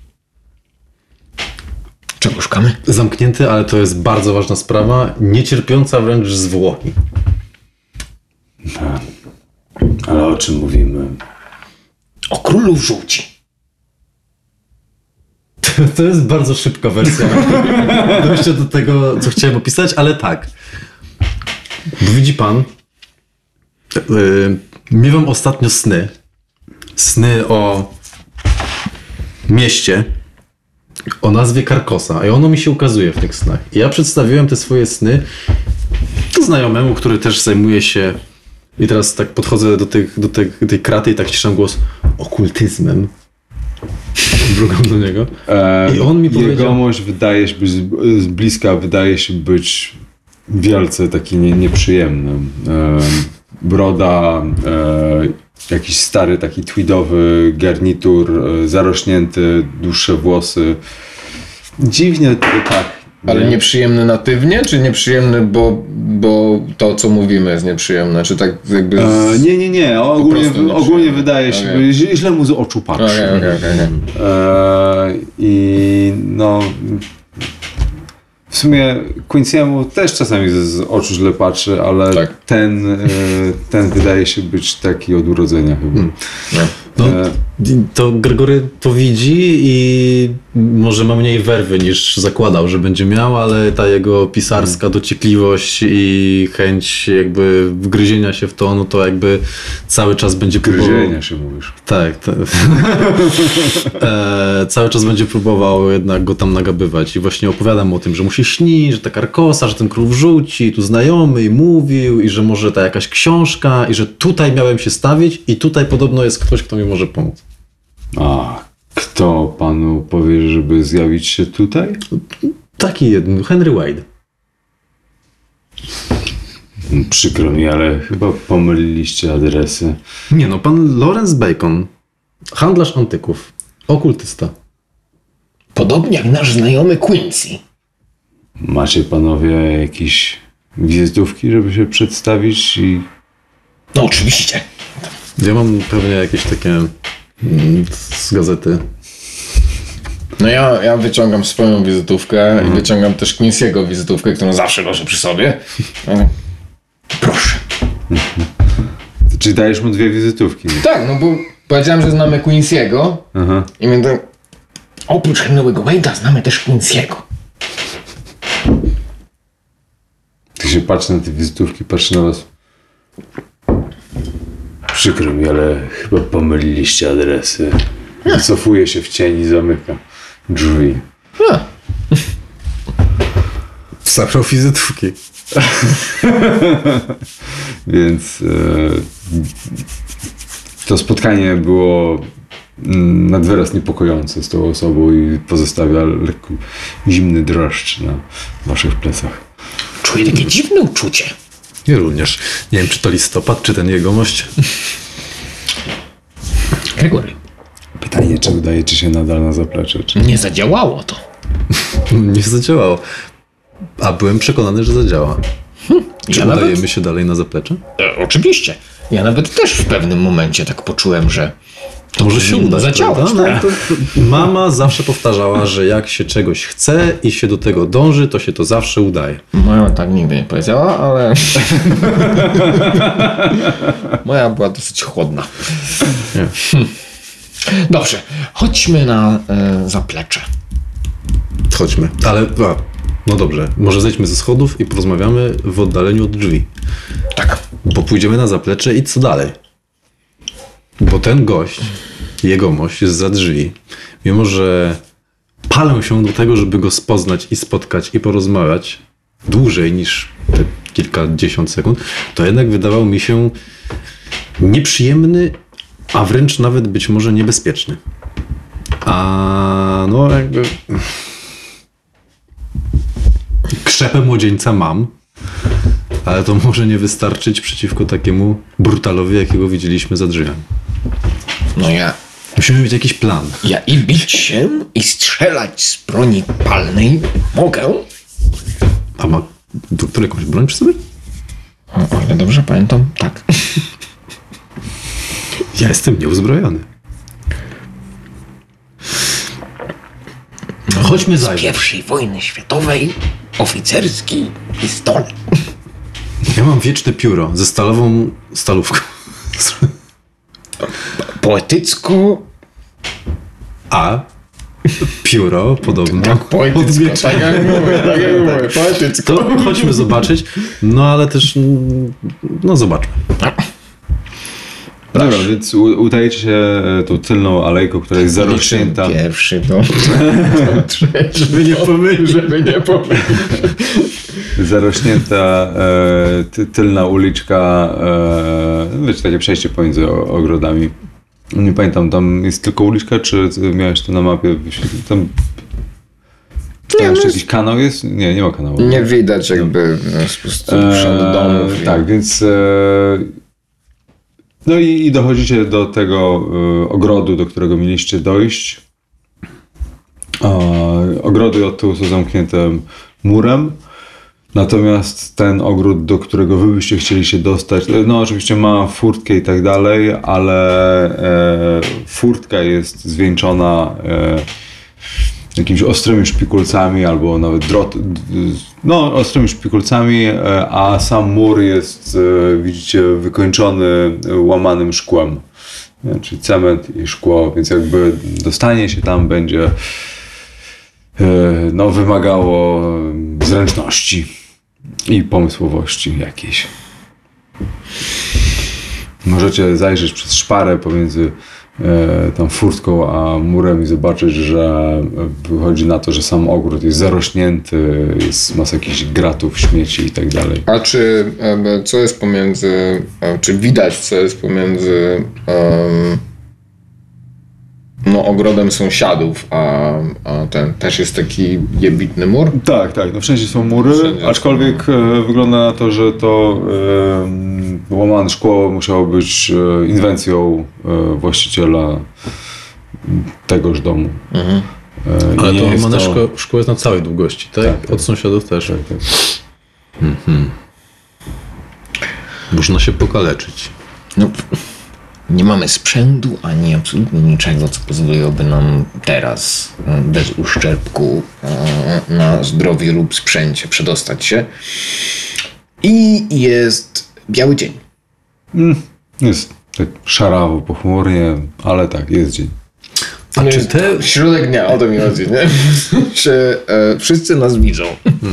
Czego szukamy? Zamknięty, ale to jest bardzo ważna sprawa, niecierpiąca wręcz zwłoki. Ale o czym mówimy? O królu w żółci. To jest bardzo szybka wersja dojścia do tego, co chciałem opisać, ale tak. Bo widzi pan, miewam ostatnio sny. Sny o mieście o nazwie Carcosa, i ono mi się ukazuje w tych snach. I ja przedstawiłem te swoje sny znajomemu, który też zajmuje się, i teraz tak podchodzę do tej kraty i tak ciszam głos, okultyzmem. Wrugam do niego. I on mi powiedział... Jegomość wydaje się być z bliska, wydaje się być wielce taki nieprzyjemny. Broda, jakiś stary taki tweedowy garnitur, zarośnięty, dłuższe włosy. Dziwnie tak. Ale nieprzyjemny natywnie, czy nieprzyjemny, bo to, co mówimy, jest nieprzyjemne? Czy tak jakby... Nie. Ogólnie wydaje się, źle mu z oczu patrzy. I no... W sumie Quincy'emu też czasami z oczu źle patrzy, ale tak. ten wydaje się być taki od urodzenia chyba. No, to Gregory to widzi i może ma mniej werwy niż zakładał, że będzie miał, ale ta jego pisarska dociekliwość i chęć jakby wgryzienia się w to, no to jakby cały czas będzie próbował... Gryzienia się mówisz. Tak. Cały czas będzie próbował jednak go tam nagabywać i właśnie opowiadam o tym, że mu się śni, że ta karkosa, że ten krów rzuci, tu znajomy i mówił i że może ta jakaś książka i że tutaj miałem się stawić i tutaj podobno jest ktoś, kto mi może pomóc. A kto panu powie, żeby zjawić się tutaj? Taki jeden, Henry Wade. Przykro mi, ale chyba pomyliliście adresy. Nie no, pan Lawrence Bacon, handlarz antyków, okultysta. Podobnie jak nasz znajomy Quincy. Macie panowie jakieś wizytówki, żeby się przedstawić i... No oczywiście. Ja mam pewnie jakieś takie z gazety. No ja wyciągam swoją wizytówkę i wyciągam też Quincy'ego wizytówkę, którą zawsze noszę przy sobie. Proszę. Czy dajesz mu 2 wizytówki? Tak, no bo powiedziałem, że znamy Quincy'ego Aha. i będę... Oprócz Henry'ego Wade'a znamy też Quincy'ego. Ty się patrzy na te wizytówki, patrzy na was. Przykro mi, ale chyba pomyliliście adresy. Wycofuje się w cień i zamyka drzwi. Zabrał wizytówki. Więc to spotkanie było nad wyraz niepokojące z tą osobą i pozostawia lekko zimny dreszcz na waszych plecach. Czuję takie dziwne uczucie. Ja również. Nie wiem, czy to listopad, czy ten jegomość. Gregory, Pytanie, czy udajecie się nadal na zaplecze? Czy... nie zadziałało to. Nie zadziałało. A byłem przekonany, że zadziała. Czy Ja udajemy nawet... się dalej na zaplecze? Oczywiście. Ja nawet też w pewnym momencie tak poczułem, że To może się uda. zadziałać. Mama zawsze powtarzała, że jak się czegoś chce i się do tego dąży, to się to zawsze udaje. Moja tak nigdy nie powiedziała, ale... Moja była dosyć chłodna. Nie. Dobrze, chodźmy na zaplecze. Chodźmy. Ale, no dobrze, może zejdźmy ze schodów i porozmawiamy w oddaleniu od drzwi. Tak. Bo pójdziemy na zaplecze i co dalej? Bo ten gość, jegomość jest za drzwi. Mimo że palę się do tego, żeby go poznać i spotkać i porozmawiać dłużej niż te kilkadziesiąt sekund, to jednak wydawał mi się nieprzyjemny, a wręcz nawet być może niebezpieczny. A no jakby... Krzepę młodzieńca mam, ale to może nie wystarczyć przeciwko takiemu brutalowi, jakiego widzieliśmy za drzwiami. No ja Musimy mieć jakiś plan. i bić się i strzelać z broni palnej mogę. A ma doktor jakąś broń przy sobie? O ile dobrze pamiętam, tak. Ja jestem nieuzbrojony. Chodźmy Z zajrzeć. I wojny światowej oficerski pistolet. Ja mam wieczne pióro ze stalową stalówką. Poetycko. A pióro podobno. Tak poetycko, tak jak mówię, poetycko. To chodźmy zobaczyć. No ale też, no zobaczmy. Dobra, więc udajecie się tą tylną alejką, która jest zarośnięta. Pierwszy to Żeby nie pomylić. żeby nie pomylić. Zarośnięta tylna uliczka, wiecie, takie przejście pomiędzy ogrodami. Nie pamiętam, tam jest tylko uliczka, czy miałeś to na mapie? Tam jeszcze jakiś kanał jest? Nie ma kanału. Nie widać jakby po prostu przed domów. Tak, więc no i dochodzicie do tego ogrodu, do którego mieliście dojść. Ogrody od tyłu są zamknięte murem. Natomiast ten ogród, do którego wy byście chcieli się dostać, no oczywiście ma furtkę i tak dalej, ale furtka jest zwieńczona jakimiś ostrymi szpikulcami albo nawet ostrymi szpikulcami, a sam mur jest, widzicie, wykończony łamanym szkłem. Czyli cement i szkło, więc jakby dostanie się tam będzie no, wymagało zręczności i pomysłowości jakiejś. Możecie zajrzeć przez szparę pomiędzy tą furtką a murem i zobaczyć, że wychodzi na to, że sam ogród jest zarośnięty, jest masa jakichś gratów, śmieci i tak dalej. A czy co jest pomiędzy, czy widać co jest pomiędzy no, ogrodem sąsiadów, a ten też jest taki jebitny mur? Tak, no wszędzie są mury, aczkolwiek wygląda na to, że to łamane szkło musiało być inwencją właściciela tegoż domu. Ale to łamane szkło jest na całej długości, tak? Tak. Od sąsiadów też. Tak. Można się pokaleczyć. No, nie mamy sprzętu, ani absolutnie niczego, co pozwoliłoby nam teraz bez uszczerbku na zdrowiu lub sprzęcie przedostać się. I jest biały dzień. Jest tak szarawo, pochmurnie, ale tak, jest dzień. A czy te... Środek dnia, o to mi chodzi, nie? Że wszyscy nas widzą.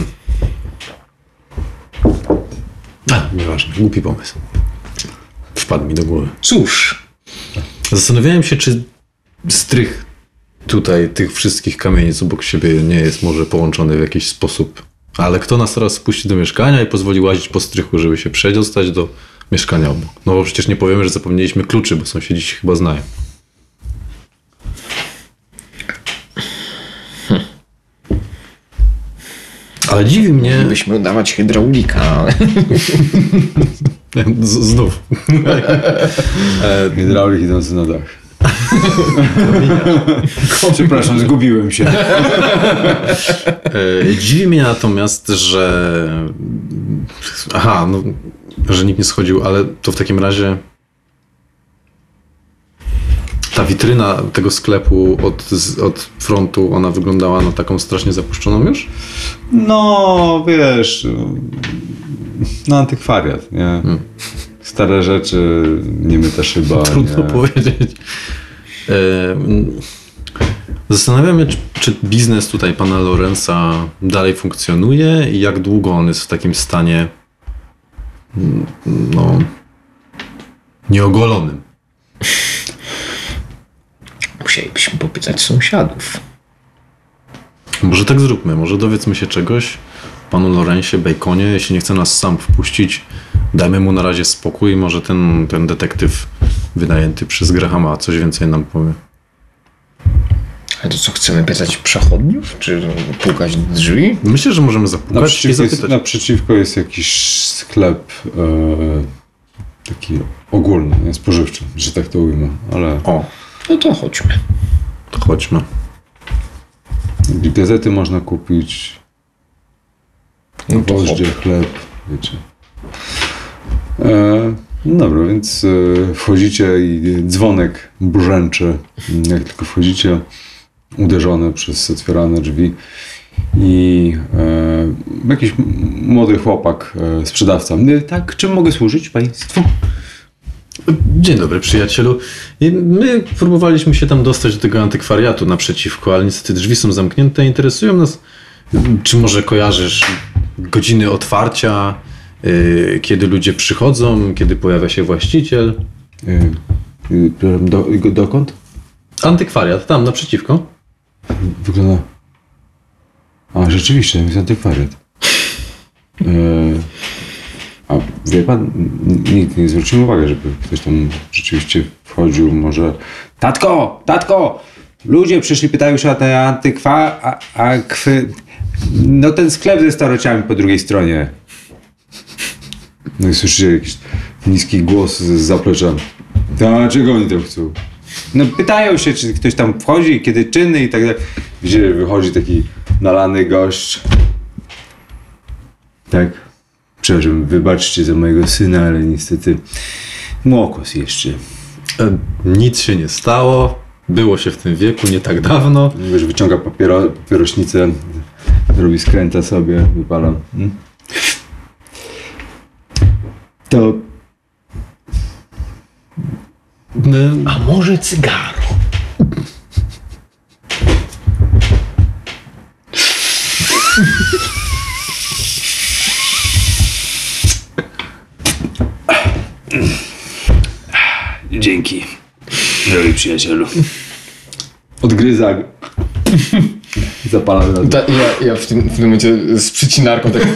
Nieważne, głupi pomysł. Wpadł mi do głowy. Cóż. Zastanawiałem się, czy strych tutaj tych wszystkich kamienic obok siebie nie jest może połączony w jakiś sposób. Ale kto nas teraz spuści do mieszkania i pozwoli łazić po strychu, żeby się przedostać do mieszkania obok? No bo przecież nie powiemy, że zapomnieliśmy kluczy, bo sąsiedzi się chyba znają. Ale dziwi mnie... Moglibyśmy udawać hydraulika, ale... Znów. Hydraulik idący na dach. Przepraszam, zgubiłem się. Dziwi mnie natomiast, że... Aha, no, że nikt nie schodził, ale to w takim razie... Ta witryna tego sklepu od frontu, ona wyglądała na taką strasznie zapuszczoną już? No, wiesz, no antykwariat, nie? Stare rzeczy, nie myta szyba. Trudno powiedzieć. Zastanawiam się, czy biznes tutaj pana Lorenza dalej funkcjonuje i jak długo on jest w takim stanie no nieogolonym. Musielibyśmy popytać sąsiadów. Może tak zróbmy, może dowiedzmy się czegoś panu Lorenzie, Baconie, jeśli nie chce nas sam wpuścić, dajmy mu na razie spokój, może ten detektyw wynajęty przez Grahama coś więcej nam powie. Ale to co, chcemy pytać przechodniów? Czy pukać do drzwi? Myślę, że możemy zapukać i zapytać. Naprzeciwko jest jakiś sklep taki ogólny, nie, spożywczy, że tak to ujmę, ale... O, no to chodźmy. To chodźmy. Gazety można kupić, No to gwoździe, chleb, wiecie. No dobra, więc wchodzicie i dzwonek brzęczy. Jak tylko wchodzicie, uderzone przez otwierane drzwi i jakiś młody chłopak, sprzedawca. Tak, czym mogę służyć państwu? Dzień dobry, przyjacielu. My próbowaliśmy się tam dostać do tego antykwariatu naprzeciwko, ale niestety drzwi są zamknięte. Interesują nas, czy może kojarzysz godziny otwarcia, kiedy ludzie przychodzą, kiedy pojawia się właściciel? Dokąd? Antykwariat, tam naprzeciwko. Wygląda... A, rzeczywiście, jest antykwariat. A wie pan, nikt nie zwrócił uwagi, żeby ktoś tam rzeczywiście wchodził, może... Tatko! Ludzie przyszli, pytają się o ten no ten sklep ze starociami po drugiej stronie. No i słyszycie jakiś niski głos z zaplecza. A czego oni tam chcą? No pytają się, czy ktoś tam wchodzi, kiedy czynny i tak dalej. Gdzie wychodzi taki nalany gość. Tak. Przepraszam, wybaczcie za mojego syna, ale niestety młokos jeszcze. Nic się nie stało. Było się w tym wieku nie tak dawno. Wiesz, wyciąga papierośnicę, robi skręta sobie, wypala. To... A może cygaro? Dzięki, drogi przyjacielu. Odgryzak. Zapalam na to. Ja w tym momencie z przycinarką tak...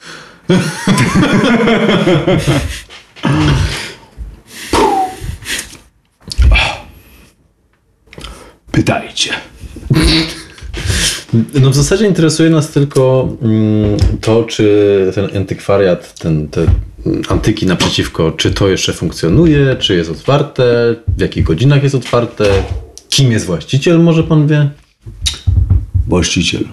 Pytajcie. No w zasadzie interesuje nas tylko to, czy ten antykwariat, te antyki naprzeciwko, czy to jeszcze funkcjonuje, czy jest otwarte, w jakich godzinach jest otwarte, kim jest właściciel, może pan wie? Właściciel.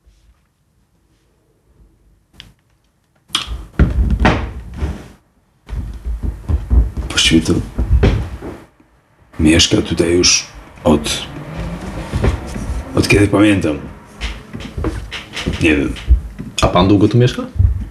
Właściwie to mieszka tutaj już od kiedy pamiętam. Nie wiem. A pan długo tu mieszka?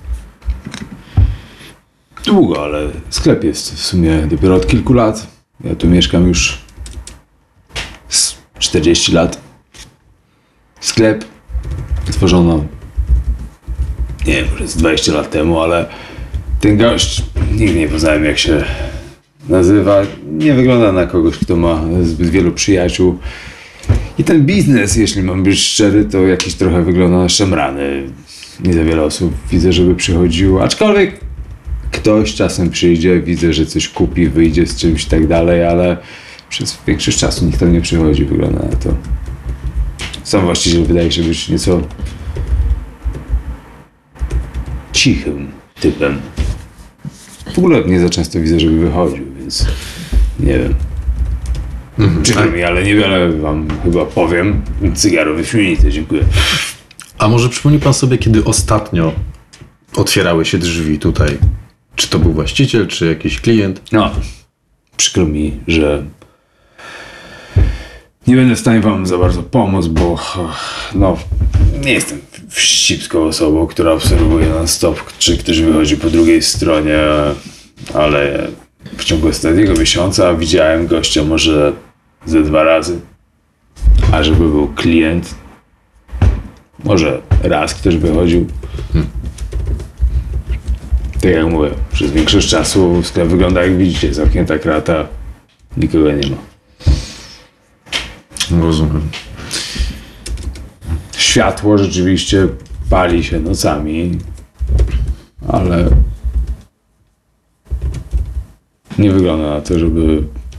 Długo, ale sklep jest w sumie dopiero od kilku lat. Ja tu mieszkam już z 40 lat. Sklep otworzono, nie wiem, może z 20 lat temu, ale ten gość, nigdy nie poznałem jak się nazywa, nie wygląda na kogoś, kto ma zbyt wielu przyjaciół. I ten biznes, jeśli mam być szczery, to jakiś trochę wygląda na szemrany. Nie za wiele osób widzę, żeby przychodziło, aczkolwiek ktoś czasem przyjdzie, widzę, że coś kupi, wyjdzie z czymś i tak dalej, ale przez większość czasu nikt tam nie przychodzi, wygląda na to. Sam właściciel wydaje się być nieco cichym typem. W ogóle nie za często widzę, żeby wychodził, więc nie wiem. Przykro mi, ale niewiele wam chyba powiem. Cygaro wyśmienite, dziękuję. A może przypomni pan sobie, kiedy ostatnio otwierały się drzwi tutaj? Czy to był właściciel, czy jakiś klient? No, przykro mi, że nie będę w stanie wam za bardzo pomóc, bo no, nie jestem wścibską osobą, która obserwuje non-stop, czy ktoś wychodzi po drugiej stronie, ale w ciągu ostatniego miesiąca widziałem gościa może ze 2 razy, a żeby był klient, może raz ktoś wychodził. Tak jak mówię, przez większość czasu sklep wygląda jak widzicie, zamknięta krata, nikogo nie ma. Rozumiem. Światło rzeczywiście pali się nocami, ale nie wygląda na to, żeby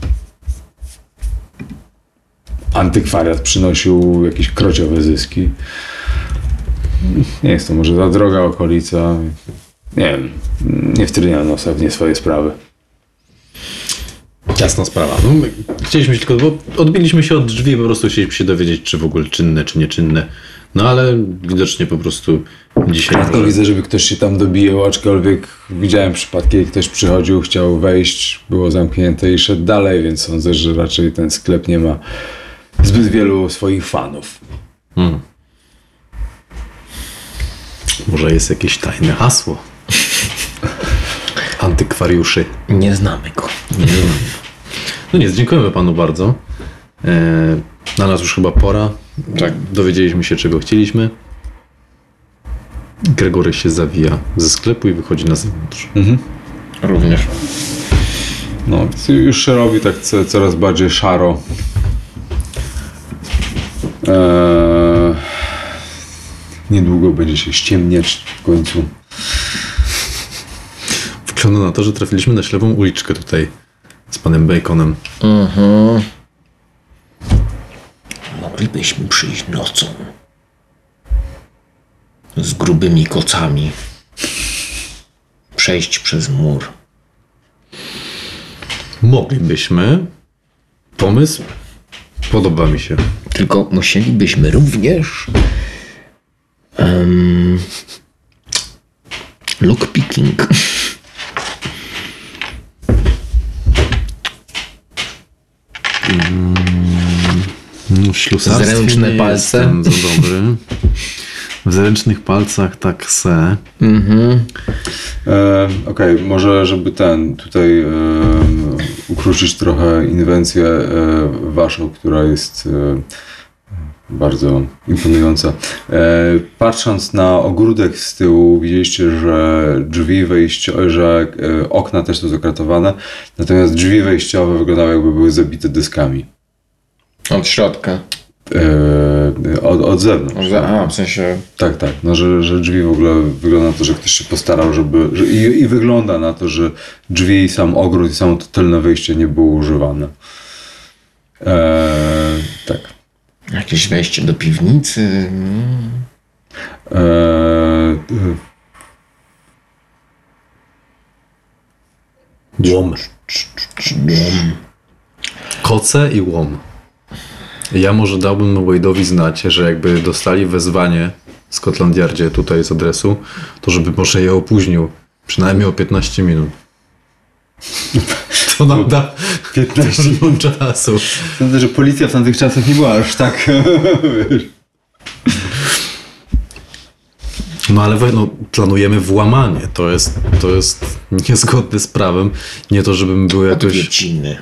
antykwariat przynosił jakieś krociowe zyski. Nie jest to może za droga okolica. Nie wiem, nie wtryniam nosa w nie swoje sprawy. Jasna sprawa. No, my chcieliśmy się tylko, bo odbiliśmy się od drzwi i po prostu chcieliśmy się dowiedzieć, czy w ogóle czynne, czy nieczynne. No ale widocznie po prostu dzisiaj... Rzadko widzę, żeby ktoś się tam dobijał, aczkolwiek widziałem przypadki, jak ktoś przychodził, chciał wejść, było zamknięte i szedł dalej, więc sądzę, że raczej ten sklep nie ma zbyt wielu swoich fanów. Może jest jakieś tajne hasło antykwariuszy. Nie znamy go. Nie znamy. No nic, dziękujemy panu bardzo. Na nas już chyba pora. Tak. Dowiedzieliśmy się, czego chcieliśmy. Gregory się zawija ze sklepu i wychodzi na zewnątrz. Również. No, już się robi tak coraz bardziej szaro. Niedługo będzie się ściemniać w końcu. Wygląda na to, że trafiliśmy na ślepą uliczkę tutaj z panem Baconem. Moglibyśmy przyjść nocą z grubymi kocami, przejść przez mur. Moglibyśmy. Pomysł podoba mi się. Tylko musielibyśmy również lockpicking. No, w ślusarstwie Zręczne nie palce. jestem za dobry. W zręcznych palcach tak se. Okej, może żeby tutaj ukrócić trochę inwencję waszą, która jest bardzo imponująca. Patrząc na ogródek z tyłu, widzieliście, że drzwi wejściowe, że okna też są zakratowane, natomiast drzwi wejściowe wyglądały, jakby były zabite dyskami. Od środka. Od zewnątrz. W sensie... Tak. No, że drzwi w ogóle wygląda na to, że ktoś się postarał, i wygląda na to, że drzwi i sam ogród i samo to tylne wyjście nie było używane. Tak. Jakieś wejście do piwnicy. Łom. Koce i łom. Ja może dałbym Wade'owi znać, że jakby dostali wezwanie w Scotland Yardzie tutaj z adresu, to żeby może je opóźnił. Przynajmniej o 15 minut. To nam da 15 minut czasu. Sądzę, że policja w tamtych czasach nie była aż tak... No ale planujemy włamanie. To jest niezgodne z prawem. Nie to, żebym był jakoś... Odwiedziny.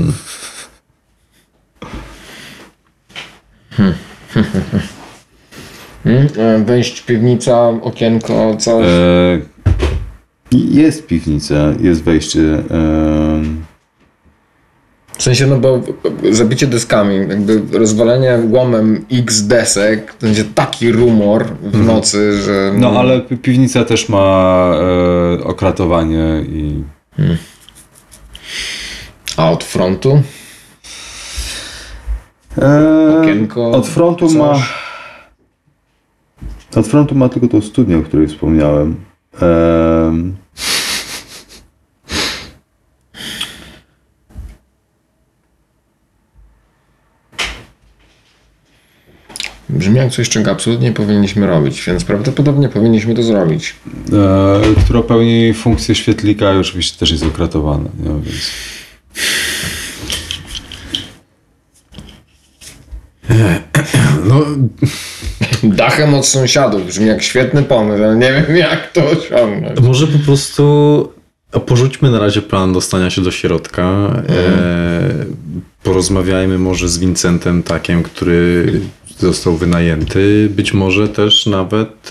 Wejść, piwnica, okienko, coś. Jest piwnica, jest wejście. W sensie, no bo zabicie deskami, jakby rozwalenie łomem x desek, to będzie taki rumor w nocy, że... No ale piwnica też ma okratowanie i... A od frontu? Okienko? Od frontu coś? Od frontu ma tylko tą studnię, o której wspomniałem. Brzmi jak coś, czego absolutnie powinniśmy robić, więc prawdopodobnie powinniśmy to zrobić. Która pełni funkcję świetlika i oczywiście też jest okratowana. Nie? Więc... No, dachem od sąsiadów brzmi jak świetny pomysł, ale nie wiem jak to osiągnąć. Może po prostu porzućmy na razie plan dostania się do środka. Porozmawiajmy może z Vincentem Takiem, który został wynajęty. Być może też nawet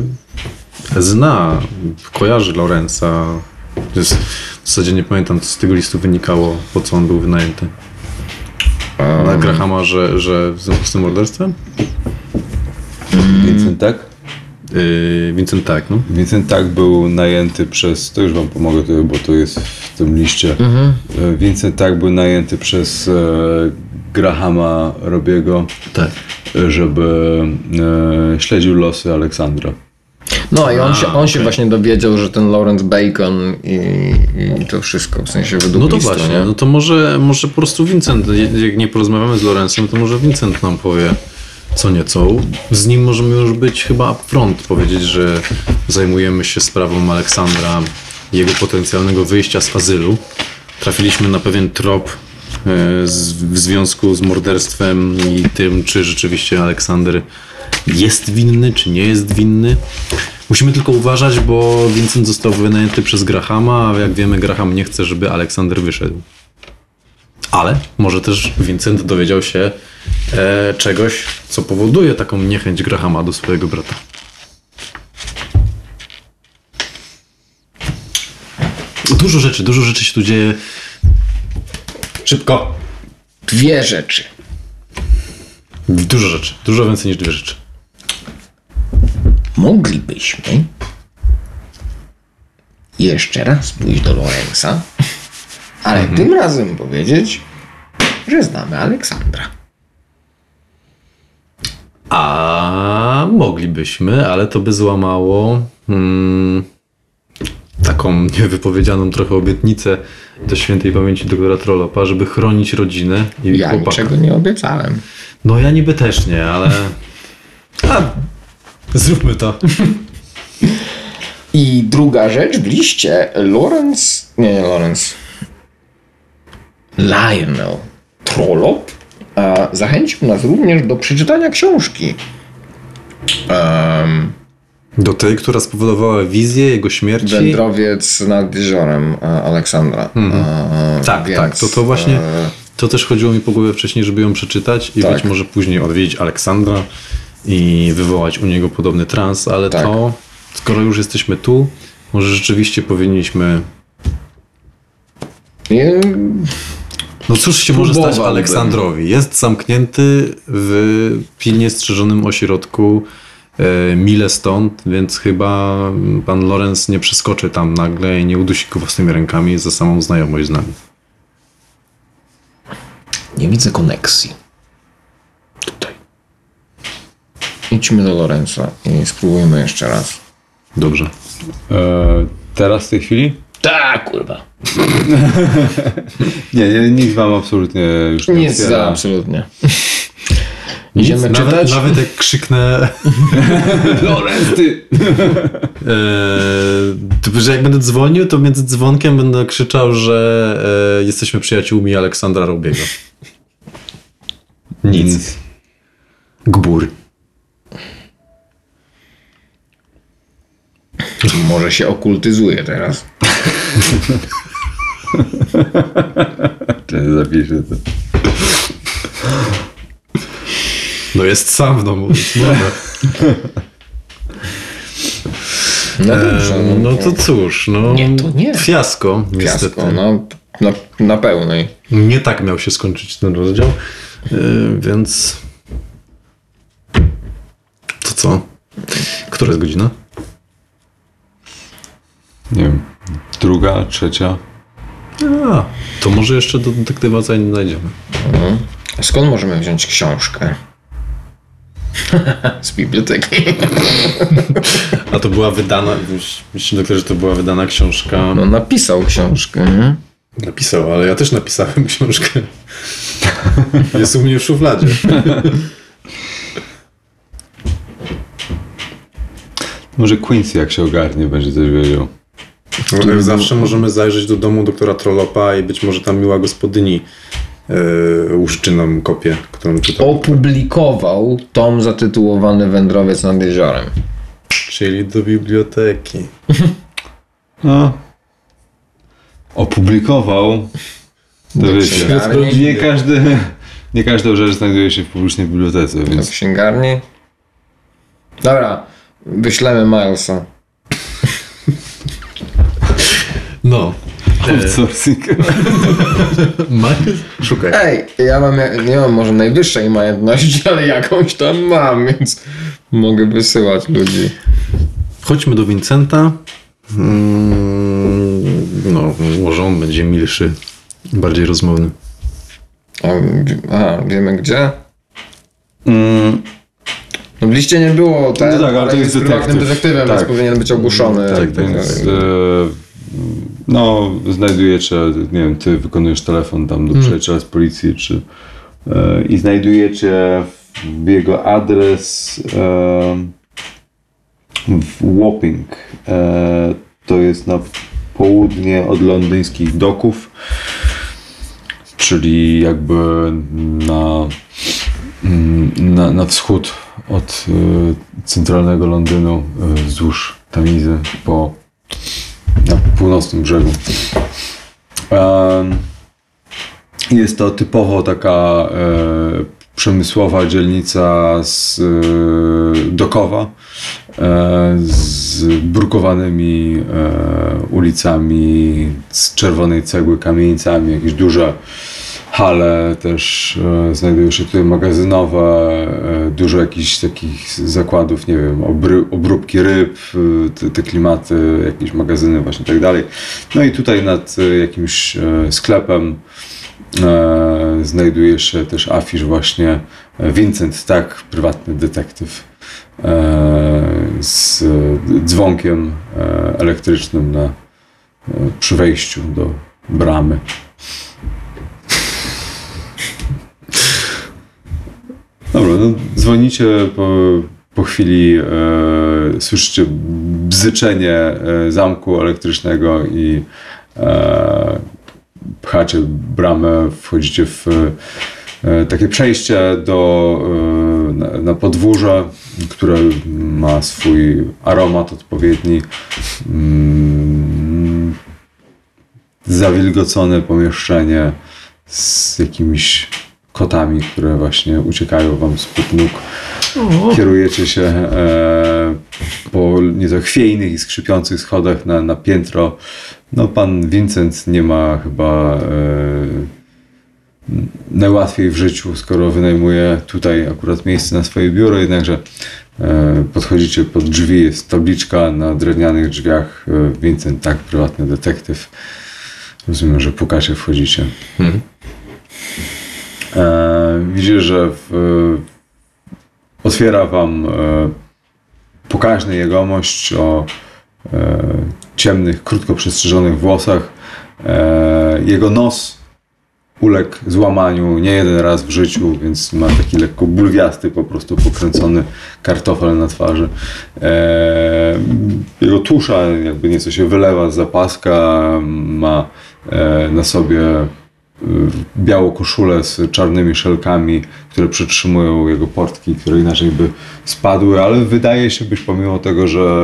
kojarzy Lorenza. W zasadzie nie pamiętam, co z tego listu wynikało, po co on był wynajęty. Na Grahama, że w związku z tym morderstwem? Vincent Tak? Vincent Tak, no. Vincent Tak był najęty przez... To już wam pomogę, bo to jest w tym liście. Vincent Tak był najęty przez Grahama Robiego, tak, żeby śledził losy Aleksandra. No i on się właśnie dowiedział, że ten Lawrence Bacon i to wszystko, w sensie według no to listu, właśnie, nie? no to może po prostu Vincent, jak nie porozmawiamy z Lorenzem, to może Vincent nam powie co nieco. Z nim możemy już być chyba upfront, powiedzieć, że zajmujemy się sprawą Aleksandra, jego potencjalnego wyjścia z azylu. Trafiliśmy na pewien trop w związku z morderstwem i tym, czy rzeczywiście Aleksander jest winny, czy nie jest winny. Musimy tylko uważać, bo Vincent został wynajęty przez Grahama, a jak wiemy, Graham nie chce, żeby Aleksander wyszedł. Ale może też Vincent dowiedział się czegoś, co powoduje taką niechęć Grahama do swojego brata. Dużo rzeczy się tu dzieje. Szybko. 2 rzeczy. Dużo rzeczy. Dużo więcej niż 2 rzeczy. Moglibyśmy jeszcze raz pójść do Lorenza, Ale tym razem powiedzieć, że znamy Aleksandra. A moglibyśmy, ale to by złamało taką niewypowiedzianą trochę obietnicę do świętej pamięci doktora Trollopa, żeby chronić rodzinę i Ja chłopaka. niczego nie obiecałem. No ja niby też nie, ale... zróbmy to. I druga rzecz w liście, Lionel Trollope zachęcił nas również do przeczytania książki. Do tej, która spowodowała wizję jego śmierci. Wędrowiec nad jeziorem Aleksandra. Tak, Więc, tak. To właśnie To też chodziło mi po głowie wcześniej, żeby ją przeczytać i Tak. być może później odwiedzić Aleksandra i wywołać u niego podobny trans, ale Tak. to, skoro już jesteśmy tu, może rzeczywiście powinniśmy... No cóż się może stać Próbowałbym. Aleksandrowi? Jest zamknięty w pilnie strzeżonym ośrodku mile stąd, więc chyba pan Lorenz nie przeskoczy tam nagle i nie udusi go własnymi rękami za samą znajomość z nami. Nie widzę koneksji. Tutaj. Idźmy do Lorenza i spróbujmy jeszcze raz. Dobrze. Teraz w tej chwili? Tak, kurwa. Nie, nikt wam absolutnie już nie Nic otwiera. absolutnie. Idziemy Nawet, czytać? nawet jak krzyknę, Lorenz, ty! że jak będę dzwonił, to między dzwonkiem będę krzyczał, że jesteśmy przyjaciółmi Aleksandra Robiego. Nic. Gbur. Może się okultyzuje teraz. Czy zapiszę to. No jest sam w domu, więc może. No dobrze. No to cóż, no. Nie, to nie. Fiasko, niestety. Fiasko, no. Na pełnej. Nie tak miał się skończyć ten rozdział, więc... To co? Która jest godzina? Nie wiem. Druga, trzecia. A, to może jeszcze do detektywa znajdziemy. Skąd możemy wziąć książkę? Z biblioteki. A to była wydana, myślę, doktor, że to była wydana książka. No napisał książkę, nie? Napisał, ale ja też napisałem książkę. Jest u mnie w szufladzie. Może Quincy, jak się ogarnie, będzie coś wiedział. Zawsze możemy zajrzeć do domu doktora Trollopa i być może tam miła gospodyni uszczy nam kopię, którą czytał. Opublikował tom zatytułowany Wędrowiec nad jeziorem. Czyli do biblioteki. No. Opublikował. To Do wiecie. księgarni? Nie każda rzecz znajduje się w publicznej bibliotece, Do więc księgarni. Dobra, wyślemy Milesa. No. outsourcing. Szukaj. Ej, nie mam może najwyższej majętności, ale jakąś tam mam, więc mogę wysyłać ludzi. Chodźmy do Vincenta. No, może on będzie milszy, bardziej rozmowny. Wiemy gdzie? No w liście nie było, No tak, ale to jest prywatnym detektyw. detektywem, Tak. więc powinien być ogłuszony. Tak, więc znajdujecie, nie wiem, ty wykonujesz telefon tam do przyjaciela z policji, czy i znajdujecie jego adres w Wapping. To jest na południe od londyńskich doków, czyli jakby na wschód od centralnego Londynu, wzdłuż Tamizy na północnym brzegu. Jest to typowo taka przemysłowa dzielnica dokowa z brukowanymi ulicami, z czerwonej cegły kamienicami, jakieś duże hale też znajdują się tutaj magazynowe, dużo jakichś takich zakładów, nie wiem, obróbki ryb, te klimaty, jakieś magazyny właśnie i tak dalej. No i tutaj nad jakimś sklepem znajduje się też afisz właśnie Vincent, tak, prywatny detektyw z dzwonkiem elektrycznym przy wejściu do bramy. Dobra, no dzwonicie po chwili, słyszycie bzyczenie zamku elektrycznego i pchacie bramę, wchodzicie w takie przejście na podwórze, które ma swój aromat odpowiedni. Zawilgocone pomieszczenie z jakimiś kotami, które właśnie uciekają wam spod nóg. Kierujecie się po nieco chwiejnych i skrzypiących schodach na piętro. No, pan Vincent nie ma chyba najłatwiej w życiu, skoro wynajmuje tutaj akurat miejsce na swoje biuro, jednakże podchodzicie pod drzwi, jest tabliczka na drewnianych drzwiach. Vincent, tak, prywatny detektyw. Rozumiem, że pukacie, wchodzicie. Widzicie, że otwiera wam pokaźny jegomość o ciemnych, krótko przystrzyżonych włosach. Jego nos uległ złamaniu nie jeden raz w życiu, więc ma taki lekko bulwiasty, po prostu pokręcony kartofel na twarzy. Jego tusza jakby nieco się wylewa z zapaska, ma na sobie białą koszulę z czarnymi szelkami, które przytrzymują jego portki, które inaczej by spadły, ale wydaje się być, pomimo tego, że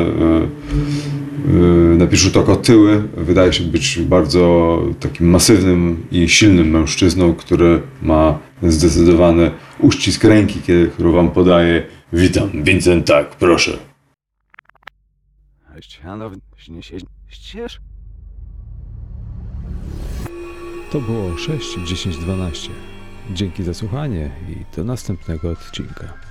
na pierwszy rzut oka tyły, wydaje się być bardzo takim masywnym i silnym mężczyzną, który ma zdecydowany uścisk ręki, którą wam podaje. Witam, Vincent, tak, proszę. To było 6, 10, 12. Dzięki za słuchanie i do następnego odcinka.